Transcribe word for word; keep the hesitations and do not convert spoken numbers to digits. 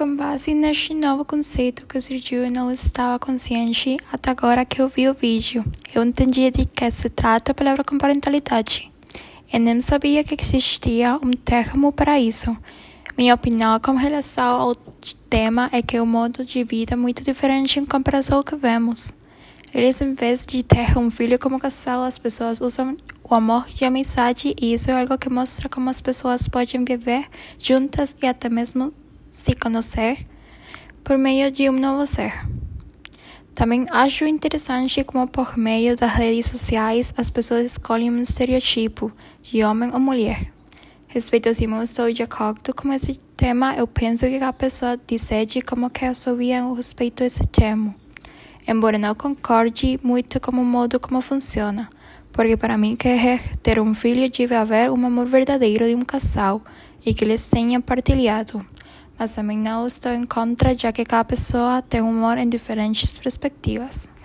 Com base neste novo conceito que surgiu, eu não estava consciente até agora que eu vi o vídeo. Eu entendi de que se trata a palavra comparentalidade. Eu nem sabia que existia um termo para isso. Minha opinião com relação ao tema é que o modo de vida é muito diferente em comparação ao que vemos. Eles, em vez de ter um filho como casal, as pessoas usam o amor de amizade, e isso é algo que mostra como as pessoas podem viver juntas e até mesmo se conhecer por meio de um novo ser. Também acho interessante como por meio das redes sociais as pessoas escolhem um estereotipo de homem ou mulher. Respeito a se eu estou de acordo com esse tema, eu penso que a pessoa decide como quer sua vida a respeito a esse tema. Embora não concorde muito com o modo como funciona, porque para mim querer ter um filho deve haver um amor verdadeiro de um casal e que eles tenham partilhado. Mas também não estou em contra, já que cada pessoa tem um amor em diferentes perspectivas.